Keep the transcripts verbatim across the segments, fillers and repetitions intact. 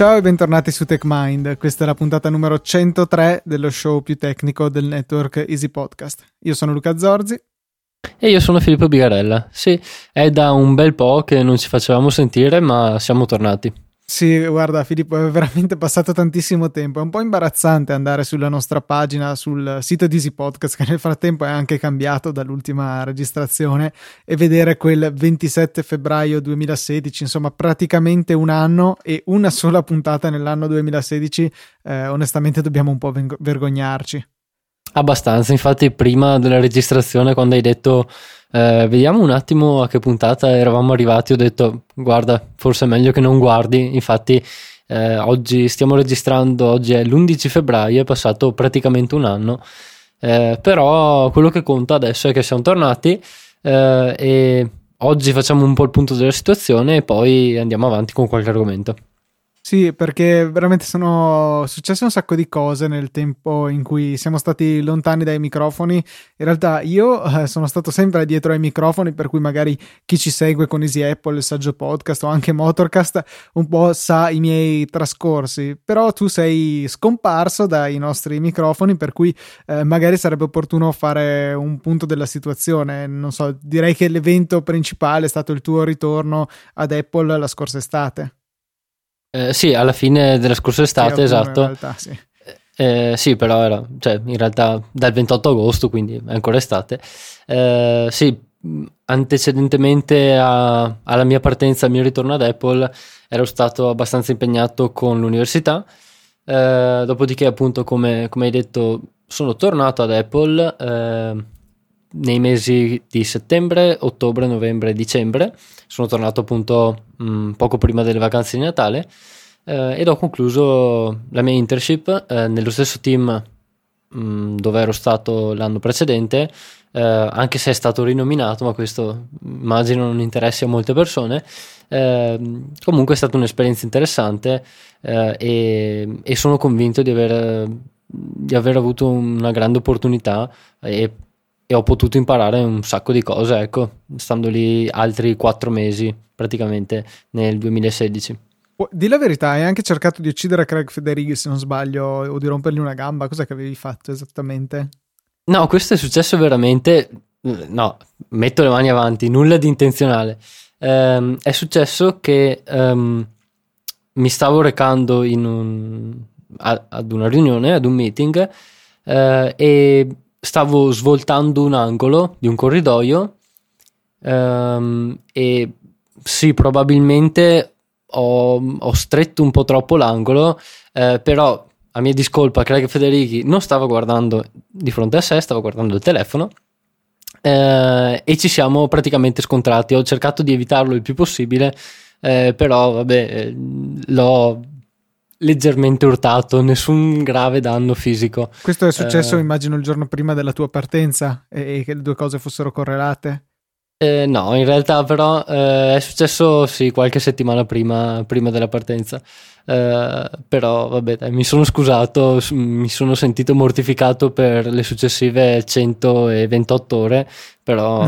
Ciao e bentornati su TechMind, questa è la puntata numero centotré dello show più tecnico del network Easy Podcast. Io sono Luca Zorzi. E io sono Filippo Bigarella. Sì, è da un bel po' che non ci facevamo sentire, ma siamo tornati. Sì, guarda Filippo, è veramente passato tantissimo tempo, è un po' imbarazzante andare sulla nostra pagina, sul sito di Easy Podcast, che nel frattempo è anche cambiato dall'ultima registrazione, e vedere quel ventisette febbraio duemilasedici, insomma praticamente un anno e una sola puntata nell'anno duemilasedici, eh, onestamente dobbiamo un po' veng- vergognarci. Abbastanza, infatti prima della registrazione, quando hai detto eh, vediamo un attimo a che puntata eravamo arrivati, ho detto guarda, forse è meglio che non guardi. Infatti eh, oggi stiamo registrando, oggi è l'undici febbraio, è passato praticamente un anno, eh, però quello che conta adesso è che siamo tornati eh, e oggi facciamo un po' il punto della situazione e poi andiamo avanti con qualche argomento. Sì, perché veramente sono successe un sacco di cose nel tempo in cui siamo stati lontani dai microfoni. In realtà io eh, sono stato sempre dietro ai microfoni, per cui magari chi ci segue con Easy Apple, il Saggio Podcast o anche Motorcast un po' sa i miei trascorsi, però tu sei scomparso dai nostri microfoni, per cui eh, magari sarebbe opportuno fare un punto della situazione. Non so, direi che l'evento principale è stato il tuo ritorno ad Apple la scorsa estate. Eh, sì, alla fine della scorsa estate, sì, esatto. In realtà, sì. Eh, sì, però era, cioè, in realtà dal ventotto agosto, quindi è ancora estate. Eh, sì, antecedentemente a, alla mia partenza, al mio ritorno ad Apple, ero stato abbastanza impegnato con l'università. Eh, dopodiché, appunto, come, come hai detto, sono tornato ad Apple eh, nei mesi di settembre, ottobre, novembre e dicembre. Sono tornato appunto mh, poco prima delle vacanze di Natale. Uh, ed ho concluso la mia internship uh, nello stesso team um, dove ero stato l'anno precedente, uh, anche se è stato rinominato, ma questo immagino non interessi a molte persone. Uh, comunque è stata un'esperienza interessante uh, e, e sono convinto di aver, di aver avuto una grande opportunità e, e ho potuto imparare un sacco di cose, ecco, stando lì altri quattro mesi praticamente nel duemilasedici. Di la verità, hai anche cercato di uccidere Craig Federighi, se non sbaglio, o di rompergli una gamba. Cos'è che avevi fatto esattamente? No, questo è successo veramente. No, metto le mani avanti, nulla di intenzionale. Um, è successo che um, mi stavo recando in un, a, ad una riunione, ad un meeting, uh, e stavo svoltando un angolo di un corridoio um, e sì, probabilmente Ho, ho stretto un po' troppo l'angolo, eh, però a mia discolpa Craig Federighi non stava guardando di fronte a sé, stava guardando il telefono eh, e ci siamo praticamente scontrati. Ho cercato di evitarlo il più possibile, eh, però vabbè, eh, l'ho leggermente urtato, nessun grave danno fisico. Questo è successo, eh, immagino, il giorno prima della tua partenza e, e che le due cose fossero correlate? Eh, no, in realtà però eh, è successo sì qualche settimana prima, prima della partenza, eh, però vabbè dai, mi sono scusato, mi sono sentito mortificato per le successive centoventotto ore, però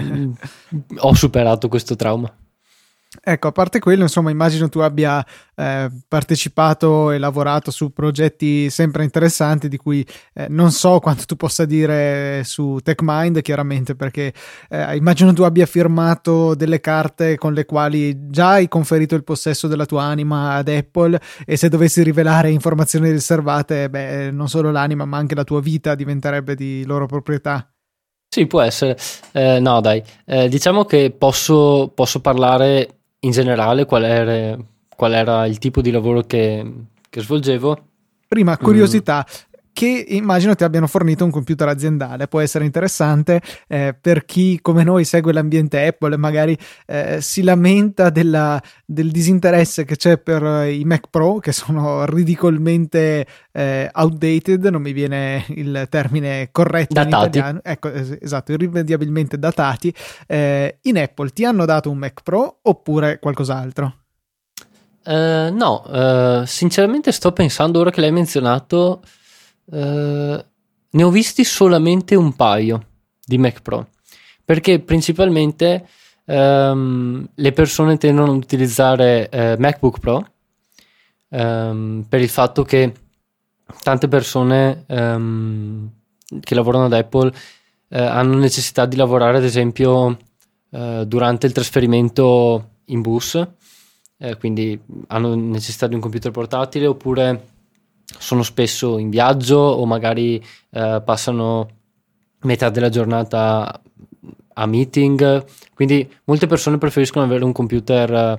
ho superato questo trauma. Ecco, a parte quello, insomma, immagino tu abbia eh, partecipato e lavorato su progetti sempre interessanti, di cui eh, non so quanto tu possa dire su TechMind, chiaramente, perché eh, immagino tu abbia firmato delle carte con le quali già hai conferito il possesso della tua anima ad Apple, e se dovessi rivelare informazioni riservate, beh, non solo l'anima, ma anche la tua vita diventerebbe di loro proprietà. Sì, può essere. Eh, no, dai, eh, diciamo che posso, posso parlare in generale qual era, qual era il tipo di lavoro che, che svolgevo. Prima, curiosità, mm. che immagino ti abbiano fornito un computer aziendale. Può essere interessante eh, per chi come noi segue l'ambiente Apple e magari eh, si lamenta della, del disinteresse che c'è per i Mac Pro, che sono ridicolmente eh, outdated, non mi viene il termine corretto datati. In italiano, ecco, esatto, irrimediabilmente datati. Eh, in Apple ti hanno dato un Mac Pro oppure qualcos'altro? Uh, no, uh, sinceramente sto pensando, ora che l'hai menzionato, uh, ne ho visti solamente un paio di Mac Pro, perché principalmente um, le persone tendono ad utilizzare uh, MacBook Pro, ehm, per il fatto che tante persone ehm, che lavorano ad Apple eh, hanno necessità di lavorare, ad esempio, eh, durante il trasferimento in bus, eh, quindi hanno necessità di un computer portatile, oppure sono spesso in viaggio o magari eh, passano metà della giornata a meeting, quindi molte persone preferiscono avere un computer,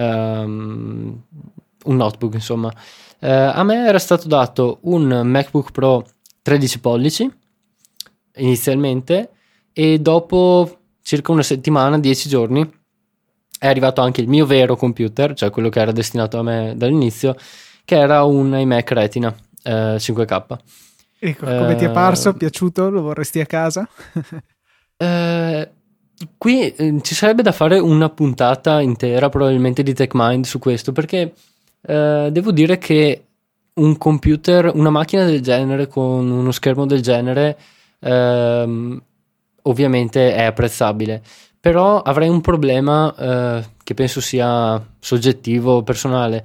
ehm, un notebook, insomma. Eh, a me era stato dato un MacBook Pro tredici pollici inizialmente, e dopo circa una settimana, dieci giorni, è arrivato anche il mio vero computer, cioè quello che era destinato a me dall'inizio, che era un iMac Retina eh, cinque K. Ecco, come ti è parso? Piaciuto? Lo vorresti a casa? eh, qui eh, ci sarebbe da fare una puntata intera probabilmente di TechMind su questo, perché eh, devo dire che un computer, una macchina del genere con uno schermo del genere ehm, ovviamente è apprezzabile, però avrei un problema eh, che penso sia soggettivo, personale.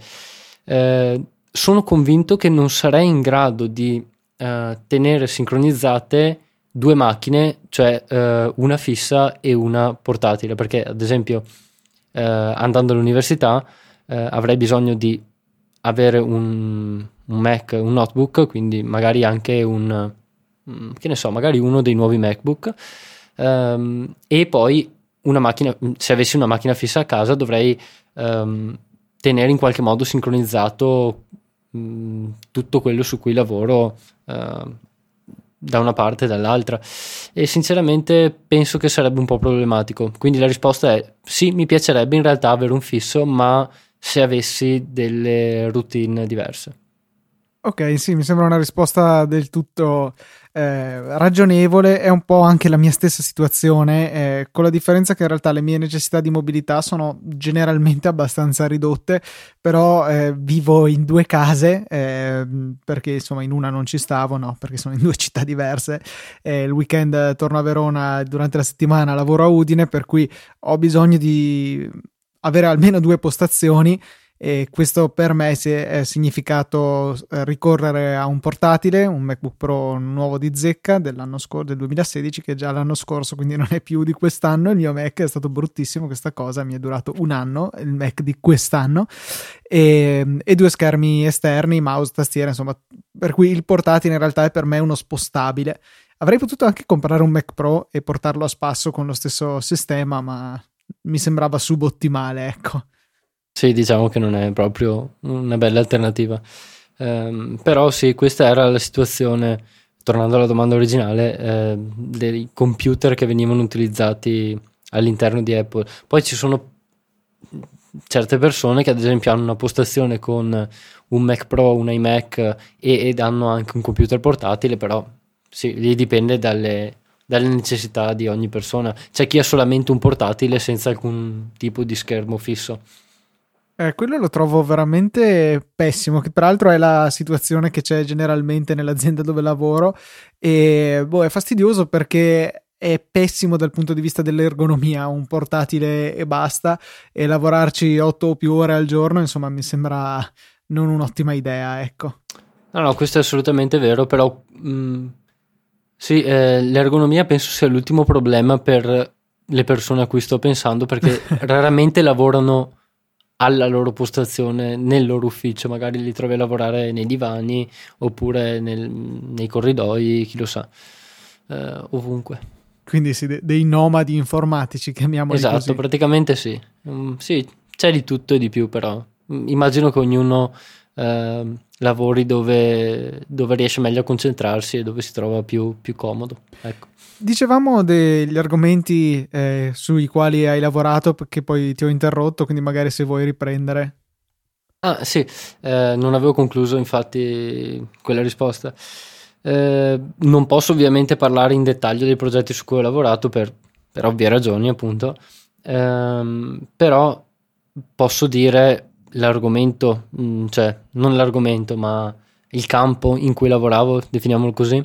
Eh, sono convinto che non sarei in grado di eh, tenere sincronizzate due macchine, cioè eh, una fissa e una portatile, perché ad esempio eh, andando all'università eh, avrei bisogno di avere un, un Mac, un notebook, quindi magari anche un, che ne so, magari uno dei nuovi MacBook, um, e poi una macchina, se avessi una macchina fissa a casa dovrei um, tenere in qualche modo sincronizzato um, tutto quello su cui lavoro uh, da una parte e dall'altra, e sinceramente penso che sarebbe un po' problematico. Quindi la risposta è sì, mi piacerebbe in realtà avere un fisso, ma se avessi delle routine diverse. Ok, sì, mi sembra una risposta del tutto eh, ragionevole. È un po' anche la mia stessa situazione, eh, con la differenza che in realtà le mie necessità di mobilità sono generalmente abbastanza ridotte, però eh, vivo in due case, eh, perché insomma in una non ci stavo, no, perché sono in due città diverse. Eh, il weekend torno a Verona, durante la settimana lavoro a Udine, per cui ho bisogno di avere almeno due postazioni. E questo per me è significato ricorrere a un portatile, un MacBook Pro nuovo di zecca dell'anno scorso, del duemilasedici, che è già l'anno scorso, quindi non è più di quest'anno. Il mio Mac è stato bruttissimo, questa cosa mi è durato un anno, il Mac di quest'anno, e, e due schermi esterni, mouse, tastiera, insomma, per cui il portatile in realtà è per me uno spostabile. Avrei potuto anche comprare un Mac Pro e portarlo a spasso con lo stesso sistema, ma mi sembrava subottimale, ecco. Sì, diciamo che non è proprio una bella alternativa. Um, però sì, questa era la situazione, tornando alla domanda originale, eh, dei computer che venivano utilizzati all'interno di Apple. Poi ci sono certe persone che ad esempio hanno una postazione con un Mac Pro, un iMac e, ed hanno anche un computer portatile, però sì, lì dipende dalle, dalle necessità di ogni persona. C'è chi ha solamente un portatile senza alcun tipo di schermo fisso. Eh, quello lo trovo veramente pessimo, che peraltro è la situazione che c'è generalmente nell'azienda dove lavoro, e boh, è fastidioso perché è pessimo dal punto di vista dell'ergonomia, un portatile e basta, e lavorarci otto o più ore al giorno, insomma, mi sembra non un'ottima idea, ecco. No, no, questo è assolutamente vero, però mh, sì, eh, l'ergonomia penso sia l'ultimo problema per le persone a cui sto pensando, perché raramente lavorano alla loro postazione nel loro ufficio, magari li trovi a lavorare nei divani oppure nel, nei corridoi, chi lo sa, eh, ovunque. Quindi sì, de- dei nomadi informatici, chiamiamoli Esatto, così. praticamente sì. Mm, sì, c'è di tutto e di più, però mm, immagino che ognuno eh, lavori dove, dove riesce meglio a concentrarsi e dove si trova più, più comodo, ecco. Dicevamo degli argomenti eh, sui quali hai lavorato, perché poi ti ho interrotto, quindi magari se vuoi riprendere. Ah sì, eh, non avevo concluso infatti quella risposta. Eh, non posso ovviamente parlare in dettaglio dei progetti su cui ho lavorato per, per ovvie ragioni, appunto. Ehm, però posso dire l'argomento, mh, cioè non l'argomento, ma il campo in cui lavoravo, definiamolo così.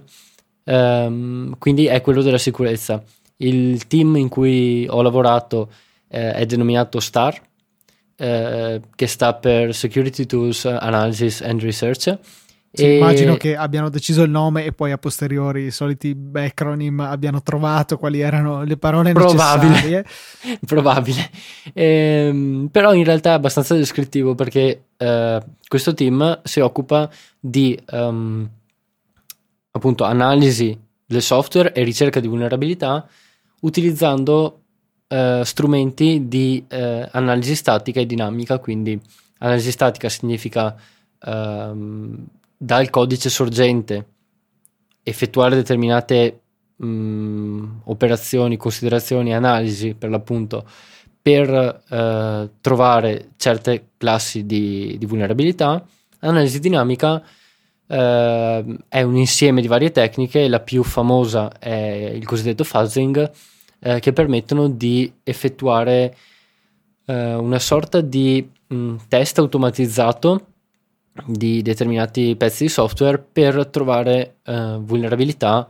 Ehm, quindi è quello della sicurezza. Il team in cui ho lavorato eh, è denominato STAR, eh, che sta per Security Tools Analysis and Research. Sì, e... immagino che abbiano deciso il nome e poi a posteriori i soliti acronym abbiano trovato quali erano le parole probabile, necessarie. Probabile. Ehm, però in realtà è abbastanza descrittivo, perché eh, questo team si occupa di um, appunto analisi del software e ricerca di vulnerabilità utilizzando uh, strumenti di uh, analisi statica e dinamica. Quindi analisi statica significa um, dal codice sorgente effettuare determinate um, operazioni, considerazioni, analisi per l'appunto per uh, trovare certe classi di, di vulnerabilità. Analisi dinamica Uh, è un insieme di varie tecniche. La più famosa è il cosiddetto fuzzing, uh, che permettono di effettuare uh, una sorta di mh, test automatizzato di determinati pezzi di software per trovare uh, vulnerabilità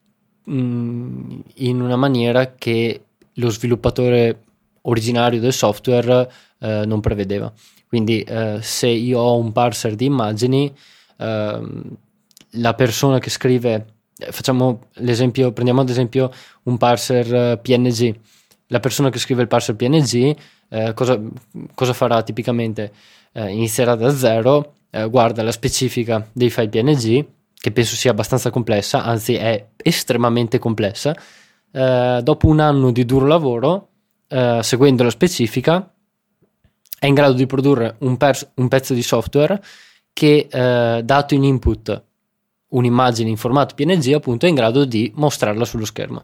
mh, in una maniera che lo sviluppatore originario del software uh, non prevedeva. Quindi uh, se io ho un parser di immagini, Uh, la persona che scrive, facciamo l'esempio, prendiamo ad esempio un parser uh, P N G. La persona che scrive il parser P N G uh, cosa, cosa farà tipicamente? Uh, inizierà da zero, uh, guarda la specifica dei file P N G, che penso sia abbastanza complessa, anzi è estremamente complessa. Uh, dopo un anno di duro lavoro, uh, seguendo la specifica, è in grado di produrre un, pers- un pezzo di software che eh, dato in input un'immagine in formato P N G, appunto è in grado di mostrarla sullo schermo.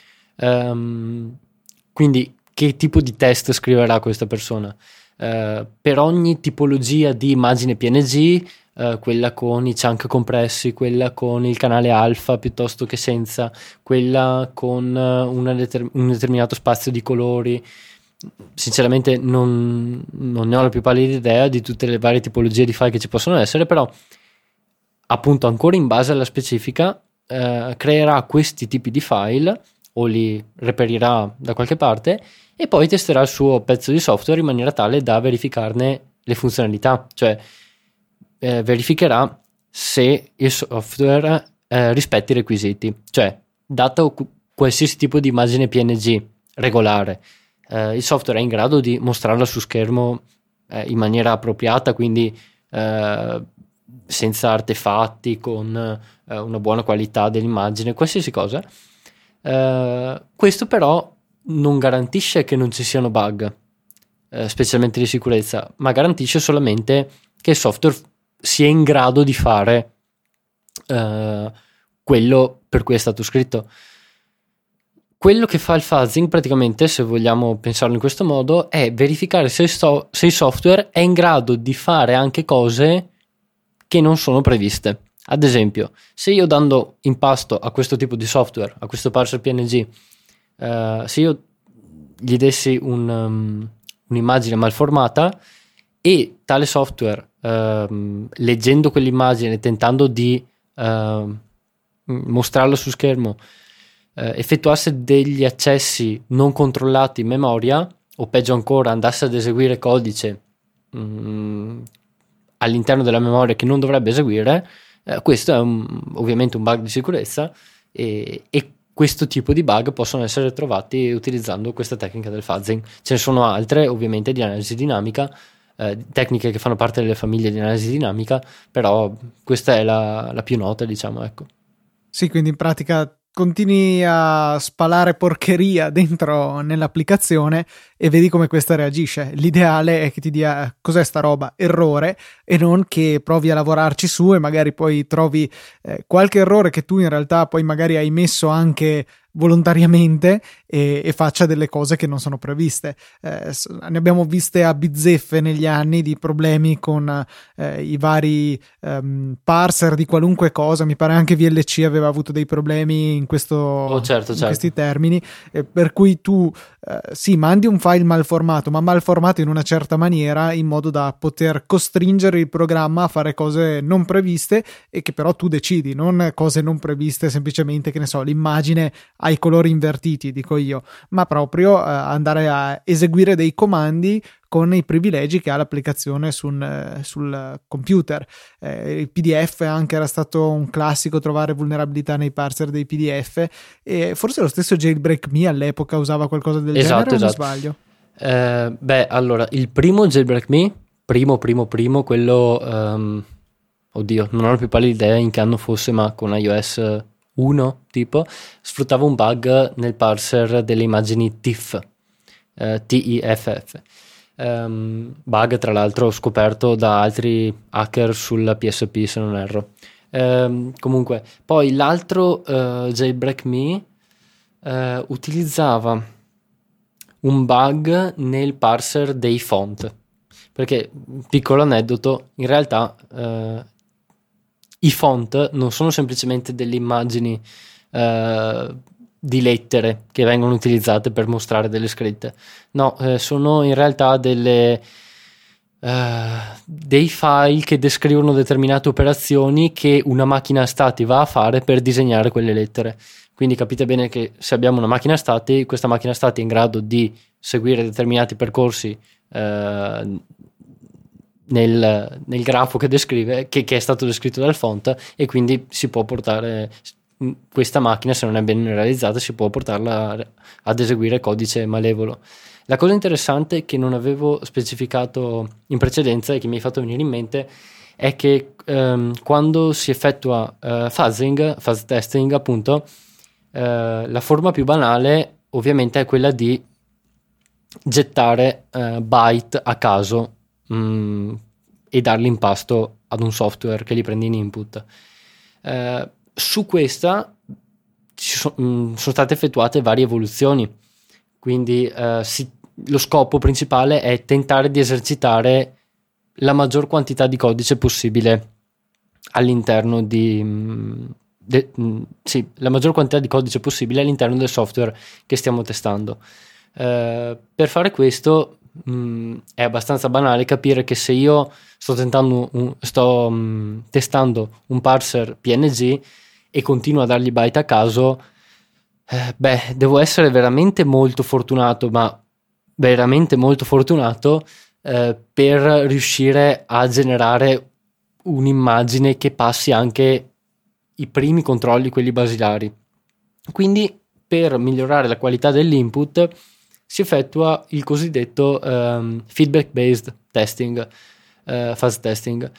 Um, quindi che tipo di test scriverà questa persona? Uh, per ogni tipologia di immagine P N G, uh, quella con i chunk compressi, quella con il canale alfa piuttosto che senza, quella con uh, una deter- un determinato spazio di colori. Sinceramente non, non ne ho la più pallida idea di tutte le varie tipologie di file che ci possono essere, però appunto ancora in base alla specifica eh, creerà questi tipi di file o li reperirà da qualche parte e poi testerà il suo pezzo di software in maniera tale da verificarne le funzionalità, cioè eh, verificherà se il software eh, rispetti i requisiti, cioè dato qualsiasi tipo di immagine P N G regolare, Uh, il software è in grado di mostrarla su schermo uh, in maniera appropriata, quindi uh, senza artefatti, con uh, una buona qualità dell'immagine, qualsiasi cosa. Uh, questo però non garantisce che non ci siano bug, uh, specialmente di sicurezza, ma garantisce solamente che il software sia in grado di fare uh, quello per cui è stato scritto. Quello che fa il fuzzing, praticamente, se vogliamo pensarlo in questo modo, è verificare se il, so- se il software è in grado di fare anche cose che non sono previste. Ad esempio, se io dando in pasto a questo tipo di software, a questo parser P N G, uh, se io gli dessi un, um, un'immagine malformata e tale software, uh, leggendo quell'immagine, tentando di uh, mostrarla su schermo, effettuasse degli accessi non controllati in memoria, o peggio ancora andasse ad eseguire codice mh, all'interno della memoria che non dovrebbe eseguire, eh, questo è un, ovviamente un bug di sicurezza e, e questo tipo di bug possono essere trovati utilizzando questa tecnica del fuzzing. Ce ne sono altre ovviamente di analisi dinamica, eh, tecniche che fanno parte delle famiglie di analisi dinamica, però questa è la, la più nota, diciamo, ecco. Sì, quindi in pratica continui a spalare porcheria dentro nell'applicazione e vedi come questa reagisce. L'ideale è che ti dia cos'è sta roba, errore, e non che provi a lavorarci su e magari poi trovi eh, qualche errore che tu in realtà poi magari hai messo anche volontariamente e, e faccia delle cose che non sono previste. Eh, ne abbiamo viste a bizzeffe negli anni di problemi con eh, i vari um, parser di qualunque cosa. Mi pare anche V L C aveva avuto dei problemi in, questo, oh, certo, in certo. questi termini, eh, per cui tu eh, sì, mandi un file malformato, ma malformato in una certa maniera in modo da poter costringere il programma a fare cose non previste e che però tu decidi, non cose non previste semplicemente, che ne so, l'immagine ai colori invertiti, dico io, ma proprio eh, andare a eseguire dei comandi con i privilegi che ha l'applicazione sul, sul computer. Eh, il P D F anche era stato un classico, trovare vulnerabilità nei parser dei P D F, e forse lo stesso Jailbreak Me all'epoca usava qualcosa del esatto, genere, esatto. o mi sbaglio? Eh, beh, allora, il primo Jailbreak Me, primo, primo, primo, quello, um, oddio, non ho la più pallida idea in che anno fosse, ma con iOS uno, tipo, sfruttava un bug nel parser delle immagini T I F, eh, T I F F. Um, bug, tra l'altro, scoperto da altri hacker sulla P S P, se non erro. Um, comunque, poi l'altro uh, Jailbreak Me uh, utilizzava un bug nel parser dei font, perché, piccolo aneddoto, in realtà eh, i font non sono semplicemente delle immagini eh, di lettere che vengono utilizzate per mostrare delle scritte, no, eh, sono in realtà delle eh, dei file che descrivono determinate operazioni che una macchina stati va a fare per disegnare quelle lettere. Quindi capite bene che se abbiamo una macchina stati, questa macchina stati è in grado di seguire determinati percorsi eh, nel, nel grafo che descrive, che, che è stato descritto dal font, e quindi si può portare questa macchina, se non è ben realizzata, si può portarla ad eseguire codice malevolo. La cosa interessante che non avevo specificato in precedenza e che mi hai fatto venire in mente è che ehm, quando si effettua eh, fuzzing, fuzz testing appunto, Uh, la forma più banale ovviamente è quella di gettare uh, byte a caso mh, e darli in pasto ad un software che li prende in input. Uh, su questa ci so, mh, sono state effettuate varie evoluzioni, quindi uh, si, lo scopo principale è tentare di esercitare la maggior quantità di codice possibile all'interno di mh, De, mh, sì, la maggior quantità di codice possibile all'interno del software che stiamo testando. Uh, per fare questo mh, è abbastanza banale capire che se io sto tentando un, sto mh, testando un parser P N G e continuo a dargli byte a caso, eh, beh, devo essere veramente molto fortunato, ma veramente molto fortunato eh, per riuscire a generare un'immagine che passi anche i primi controlli, quelli basilari. Quindi, per migliorare la qualità dell'input si effettua il cosiddetto um, feedback based testing, uh, fuzz testing.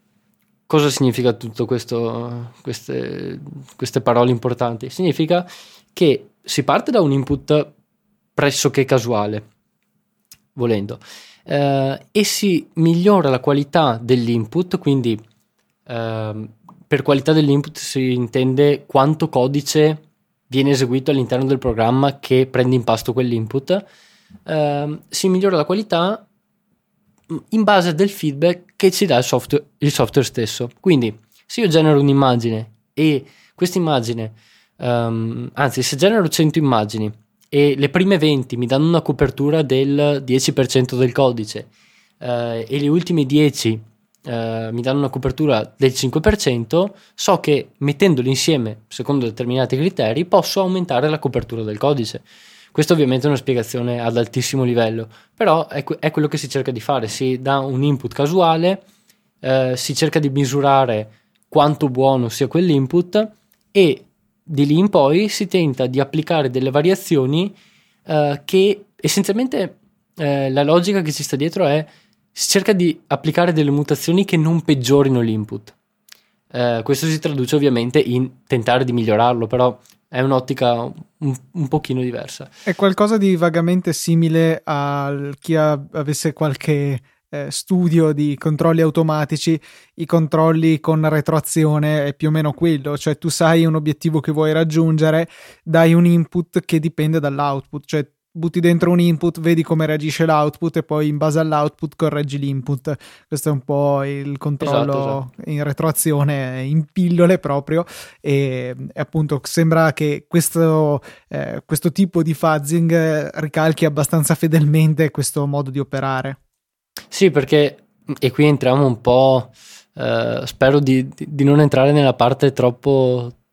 Cosa significa tutto questo, queste, queste parole importanti? Significa che si parte da un input pressoché casuale, volendo, uh, e si migliora la qualità dell'input. Quindi uh, per qualità dell'input si intende quanto codice viene eseguito all'interno del programma che prende in pasto quell'input. Uh, si migliora la qualità in base del feedback che ci dà il software, il software stesso. Quindi se io genero un'immagine e questa immagine, um, anzi se genero cento immagini e le prime venti mi danno una copertura del dieci per cento del codice uh, e le ultime dieci Uh, mi danno una copertura del cinque per cento, so che mettendoli insieme secondo determinati criteri posso aumentare la copertura del codice. Questo ovviamente è una spiegazione ad altissimo livello, però è, que- è quello che si cerca di fare. Si dà un input casuale, uh, si cerca di misurare quanto buono sia quell'input e di lì in poi si tenta di applicare delle variazioni uh, che essenzialmente uh, la logica che ci sta dietro è: si cerca di applicare delle mutazioni che non peggiorino l'input. Eh, questo si traduce ovviamente in tentare di migliorarlo, però è un'ottica un, un pochino diversa. È qualcosa di vagamente simile a chi ha, avesse qualche eh, studio di controlli automatici. I controlli con retroazione è più o meno quello, cioè tu sai un obiettivo che vuoi raggiungere, dai un input che dipende dall'output, cioè butti dentro un input, vedi come reagisce l'output e poi in base all'output correggi l'input. Questo è un po' il controllo esatto, esatto. in retroazione, in pillole proprio, e, e appunto sembra che questo, eh, questo tipo di fuzzing ricalchi abbastanza fedelmente questo modo di operare. Sì, perché, e qui entriamo un po', eh, spero di, di non entrare nella parte troppo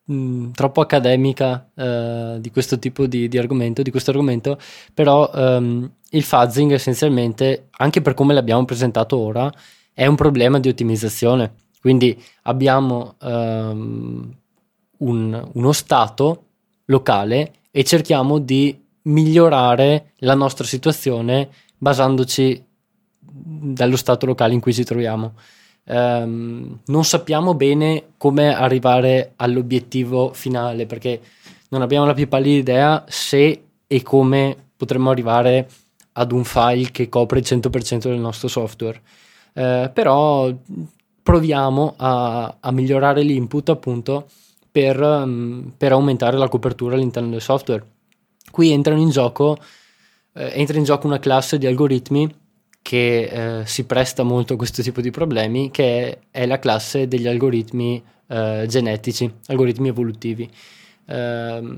mh, troppo accademica uh, di questo tipo di, di argomento, di questo argomento, però um, il fuzzing essenzialmente, anche per come l'abbiamo presentato ora, è un problema di ottimizzazione. Quindi abbiamo um, un, uno stato locale e cerchiamo di migliorare la nostra situazione basandoci dallo stato locale in cui ci troviamo. Um, non sappiamo bene come arrivare all'obiettivo finale, perché non abbiamo la più pallida idea se e come potremmo arrivare ad un file che copre il cento per cento del nostro software. Uh, però proviamo a, a migliorare l'input appunto per, um, per aumentare la copertura all'interno del software. Qui entrano in gioco eh, entra in gioco una classe di algoritmi che eh, si presta molto a questo tipo di problemi, che è, è la classe degli algoritmi eh, genetici, algoritmi evolutivi. Eh,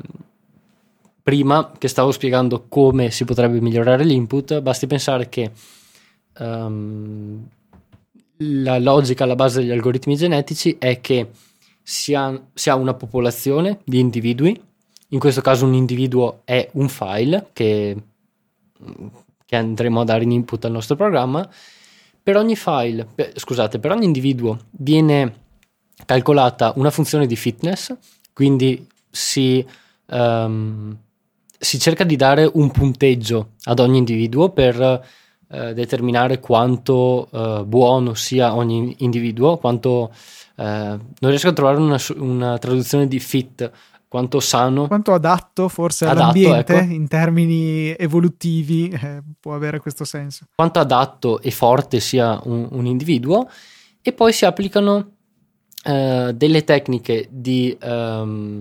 prima che stavo spiegando come si potrebbe migliorare l'input, basti pensare che um, la logica alla base degli algoritmi genetici è che si ha, si ha una popolazione di individui. In questo caso un individuo è un file che, che andremo a dare in input al nostro programma. Per ogni file, per, scusate, per ogni individuo viene calcolata una funzione di fitness, quindi si, um, si cerca di dare un punteggio ad ogni individuo per uh, determinare quanto uh, buono sia ogni individuo, quanto uh, non riesco a trovare una, una traduzione di fit, quanto sano, quanto adatto forse adatto, all'ambiente, ecco. In termini evolutivi eh, può avere questo senso, quanto adatto e forte sia un, un individuo. E poi si applicano uh, delle tecniche di um,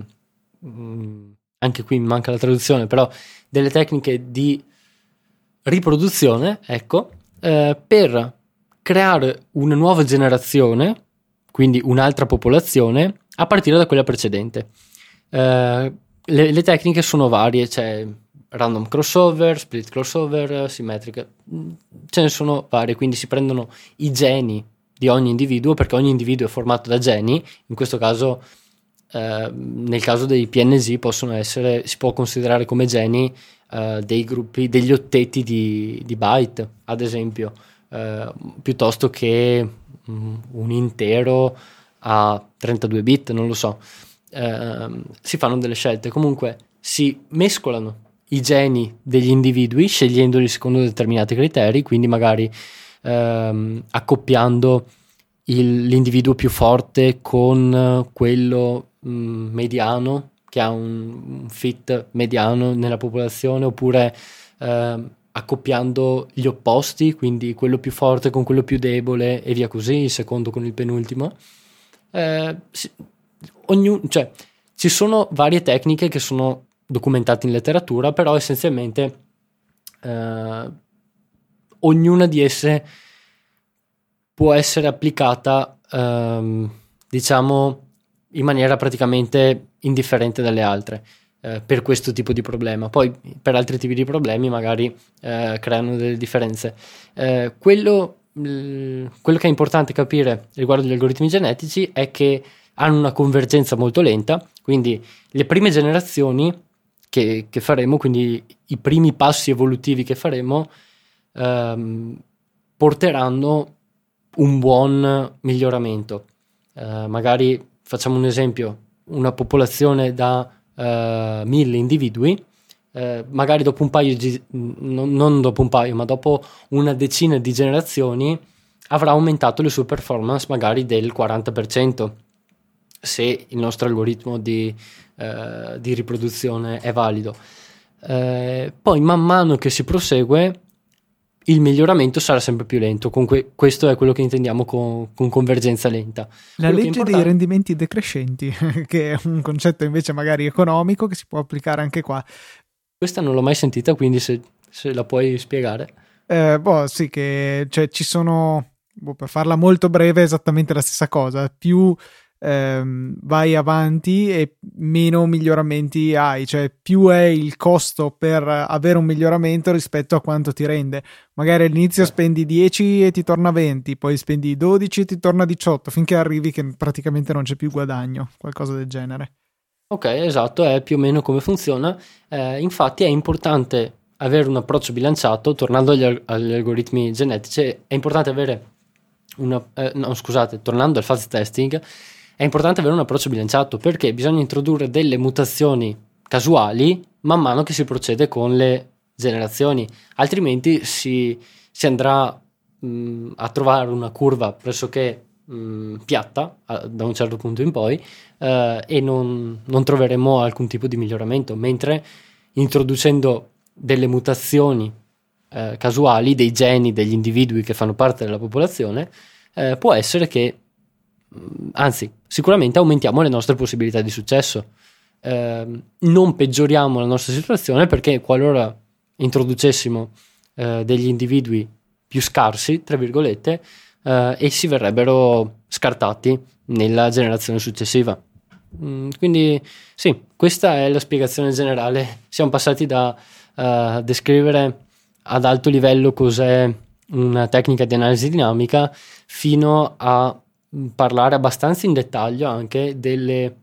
anche qui mi manca la traduzione, però delle tecniche di riproduzione, ecco, uh, per creare una nuova generazione, quindi un'altra popolazione a partire da quella precedente. Uh, le, le tecniche sono varie, c'è random crossover, split crossover, simmetrica, ce ne sono varie, quindi si prendono i geni di ogni individuo, perché ogni individuo è formato da geni. In questo caso uh, nel caso dei P N G possono essere, si può considerare come geni uh, dei gruppi, degli ottetti di, di byte, ad esempio, uh, piuttosto che um, un intero a trentadue bit, non lo so. Uh, si fanno delle scelte, comunque si mescolano i geni degli individui scegliendoli secondo determinati criteri, quindi magari uh, accoppiando il, l'individuo più forte con quello um, mediano che ha un, un fit mediano nella popolazione, oppure uh, accoppiando gli opposti, quindi quello più forte con quello più debole e via così, il secondo con il penultimo. Uh, si, Ognuno, cioè, ci sono varie tecniche che sono documentate in letteratura, però essenzialmente eh, ognuna di esse può essere applicata ehm, diciamo in maniera praticamente indifferente dalle altre eh, per questo tipo di problema. Poi per altri tipi di problemi magari eh, creano delle differenze. Eh, quello, mh, quello che è importante capire riguardo gli algoritmi genetici è che hanno una convergenza molto lenta, quindi le prime generazioni che, che faremo, quindi i primi passi evolutivi che faremo, ehm, porteranno un buon miglioramento. Eh, magari facciamo un esempio, una popolazione da eh, mille individui, eh, magari dopo un paio di, non, non dopo un paio, ma dopo una decina di generazioni avrà aumentato le sue performance magari del quaranta per cento. Se il nostro algoritmo di, eh, di riproduzione è valido. Eh, poi man mano che si prosegue il miglioramento sarà sempre più lento. Comunque questo è quello che intendiamo con, con convergenza lenta. La Quello legge dei rendimenti decrescenti, che è un concetto invece magari economico che si può applicare anche qua. Questa non l'ho mai sentita, quindi se, se la puoi spiegare. Eh, boh, sì, che cioè, ci sono, boh, per farla molto breve, esattamente la stessa cosa. Più ehm, vai avanti e meno miglioramenti hai, cioè più è il costo per avere un miglioramento rispetto a quanto ti rende. Magari all'inizio eh. spendi dieci e ti torna venti, poi spendi dodici e ti torna diciotto, finché arrivi che praticamente non c'è più guadagno, qualcosa del genere. Ok, esatto, è più o meno come funziona. Eh, infatti è importante avere un approccio bilanciato, tornando agli, agli algoritmi genetici, è importante avere una, eh, no scusate, tornando al fuzz testing, è importante avere un approccio bilanciato perché bisogna introdurre delle mutazioni casuali man mano che si procede con le generazioni, altrimenti si, si andrà mh, a trovare una curva pressoché mh, piatta a, da un certo punto in poi eh, e non, non troveremo alcun tipo di miglioramento, mentre introducendo delle mutazioni eh, casuali dei geni degli individui che fanno parte della popolazione eh, può essere che mh, anzi sicuramente aumentiamo le nostre possibilità di successo. Eh, non peggioriamo la nostra situazione, perché qualora introducessimo eh, degli individui più scarsi, tra virgolette, eh, essi verrebbero scartati nella generazione successiva. Mm, quindi sì, questa è la spiegazione generale. Siamo passati da uh, descrivere ad alto livello cos'è una tecnica di analisi dinamica fino a parlare abbastanza in dettaglio anche delle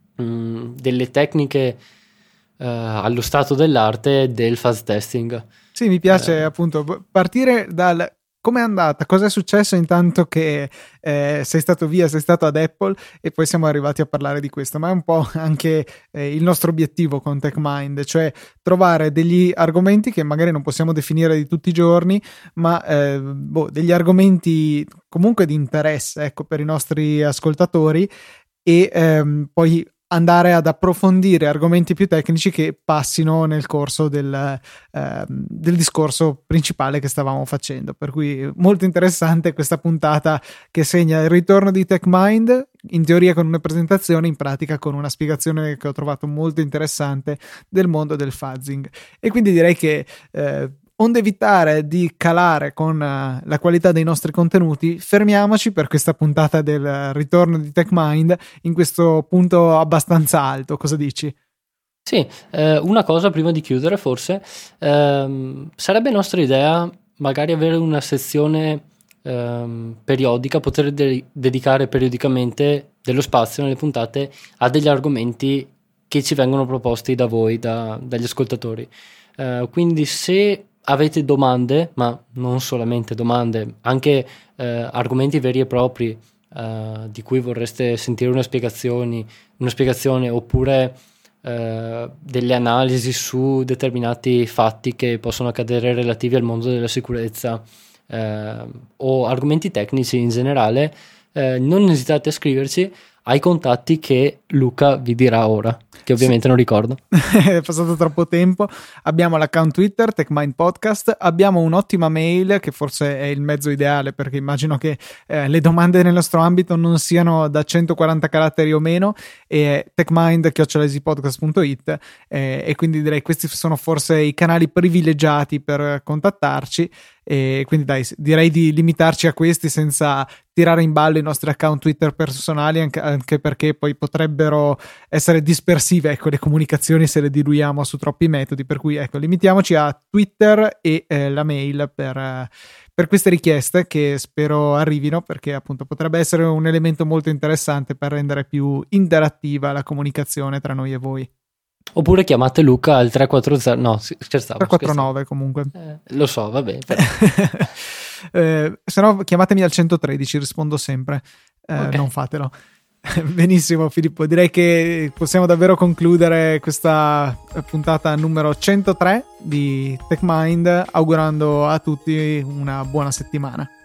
mh, delle tecniche uh, allo stato dell'arte del fuzz testing. Sì, mi piace eh. appunto partire dal come è andata, cosa è successo intanto che eh, sei stato via, sei stato ad Apple, e poi siamo arrivati a parlare di questo, ma è un po' anche eh, il nostro obiettivo con TechMind, cioè trovare degli argomenti che magari non possiamo definire di tutti i giorni, ma eh, boh, degli argomenti comunque di interesse, ecco, per i nostri ascoltatori, e ehm, poi andare ad approfondire argomenti più tecnici che passino nel corso del, eh, del discorso principale che stavamo facendo. Per cui molto interessante questa puntata che segna il ritorno di TechMind, in teoria con una presentazione, in pratica con una spiegazione che ho trovato molto interessante del mondo del fuzzing. E quindi direi che eh, onde evitare di calare con uh, la qualità dei nostri contenuti, fermiamoci per questa puntata del ritorno di TechMind in questo punto abbastanza alto. Cosa dici? Sì, eh, una cosa prima di chiudere forse, ehm, sarebbe nostra idea magari avere una sezione ehm, periodica, poter de- dedicare periodicamente dello spazio nelle puntate a degli argomenti che ci vengono proposti da voi, da, dagli ascoltatori. Eh, quindi se avete domande, ma non solamente domande, anche eh, argomenti veri e propri eh, di cui vorreste sentire una spiegazione, una spiegazione oppure eh, delle analisi su determinati fatti che possono accadere relativi al mondo della sicurezza eh, o argomenti tecnici in generale, eh, non esitate a scriverci ai contatti che Luca vi dirà ora, che ovviamente non ricordo. È passato troppo tempo. Abbiamo l'account Twitter TechMind Podcast, abbiamo un'ottima mail che forse è il mezzo ideale, perché immagino che eh, le domande nel nostro ambito non siano da centoquaranta caratteri o meno, e techmind chiocciola easypodcast punto it, eh, e quindi direi questi sono forse i canali privilegiati per contattarci. E quindi dai, direi di limitarci a questi senza tirare in ballo i nostri account Twitter personali, anche, anche perché poi potrebbero essere dispersive, ecco, le comunicazioni se le diluiamo su troppi metodi, per cui ecco, limitiamoci a Twitter e eh, la mail per, eh, per queste richieste, che spero arrivino, perché appunto potrebbe essere un elemento molto interessante per rendere più interattiva la comunicazione tra noi e voi. Oppure chiamate Luca al tre quattro zero, no scherzavo, tre quattro nove comunque eh, lo so, vabbè, però. eh, se no chiamatemi al centotredici, rispondo sempre, eh, okay. Non fatelo. Benissimo Filippo, direi che possiamo davvero concludere questa puntata numero centotré di TechMind, augurando a tutti una buona settimana.